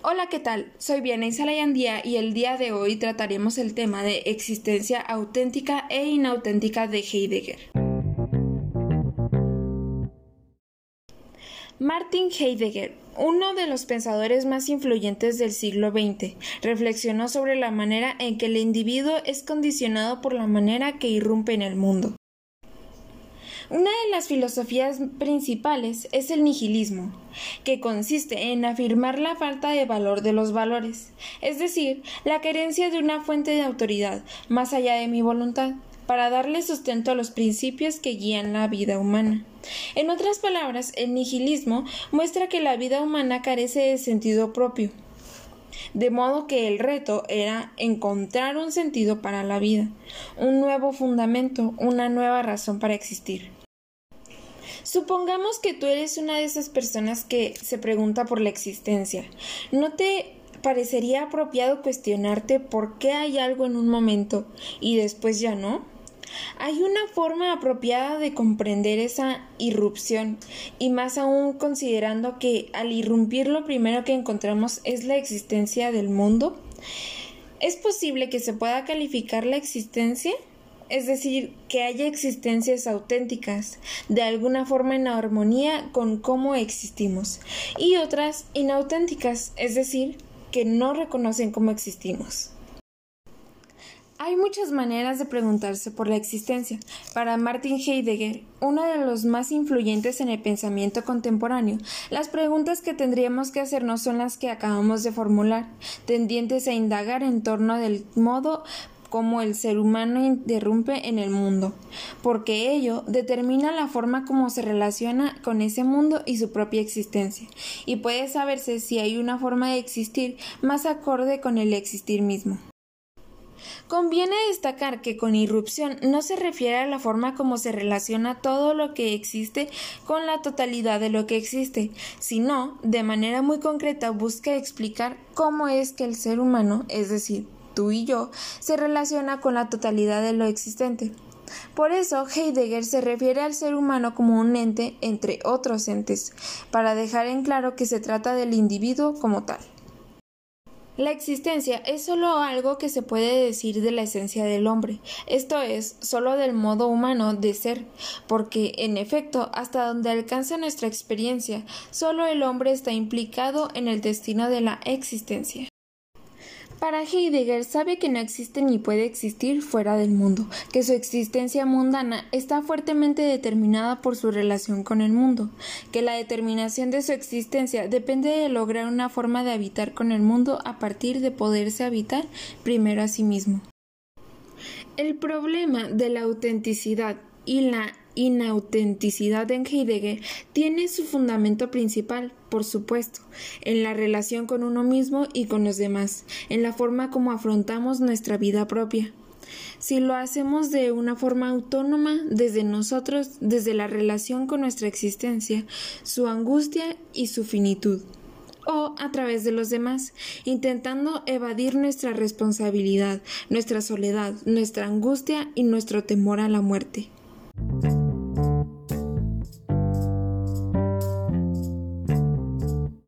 Hola, ¿qué tal? Soy Vianey Salayandía y el día de hoy trataremos el tema de existencia auténtica e inauténtica de Heidegger. Martin Heidegger, uno de los pensadores más influyentes del siglo XX, reflexionó sobre la manera en que el individuo es condicionado por la manera que irrumpe en el mundo. Una de las filosofías principales es el nihilismo, que consiste en afirmar la falta de valor de los valores, es decir, la carencia de una fuente de autoridad más allá de mi voluntad, para darle sustento a los principios que guían la vida humana. En otras palabras, el nihilismo muestra que la vida humana carece de sentido propio, de modo que el reto era encontrar un sentido para la vida, un nuevo fundamento, una nueva razón para existir. Supongamos que tú eres una de esas personas que se pregunta por la existencia. ¿No te parecería apropiado cuestionarte por qué hay algo en un momento y después ya no? Hay una forma apropiada de comprender esa irrupción, y más aún considerando que al irrumpir lo primero que encontramos es la existencia del mundo. ¿Es posible que se pueda calificar la existencia? Es decir, que haya existencias auténticas, de alguna forma en armonía con cómo existimos, y otras inauténticas, es decir, que no reconocen cómo existimos. Hay muchas maneras de preguntarse por la existencia. Para Martin Heidegger, uno de los más influyentes en el pensamiento contemporáneo, las preguntas que tendríamos que hacernos son las que acabamos de formular, tendientes a indagar en torno del modo como el ser humano irrumpe en el mundo, porque ello determina la forma como se relaciona con ese mundo y su propia existencia, y puede saberse si hay una forma de existir más acorde con el existir mismo. Conviene destacar que con irrupción no se refiere a la forma como se relaciona todo lo que existe con la totalidad de lo que existe, sino, de manera muy concreta, busca explicar cómo es que el ser humano, es decir, tú y yo, se relaciona con la totalidad de lo existente. Por eso, Heidegger se refiere al ser humano como un ente entre otros entes, para dejar en claro que se trata del individuo como tal. La existencia es solo algo que se puede decir de la esencia del hombre, esto es, solo del modo humano de ser, porque, en efecto, hasta donde alcanza nuestra experiencia, solo el hombre está implicado en el destino de la existencia. Para Heidegger sabe que no existe ni puede existir fuera del mundo, que su existencia mundana está fuertemente determinada por su relación con el mundo, que la determinación de su existencia depende de lograr una forma de habitar con el mundo a partir de poderse habitar primero a sí mismo. El problema de la autenticidad y la inautenticidad en Heidegger tiene su fundamento principal, por supuesto, en la relación con uno mismo y con los demás, en la forma como afrontamos nuestra vida propia. Si lo hacemos de una forma autónoma, desde nosotros, desde la relación con nuestra existencia, su angustia y su finitud, o a través de los demás, intentando evadir nuestra responsabilidad, nuestra soledad, nuestra angustia y nuestro temor a la muerte.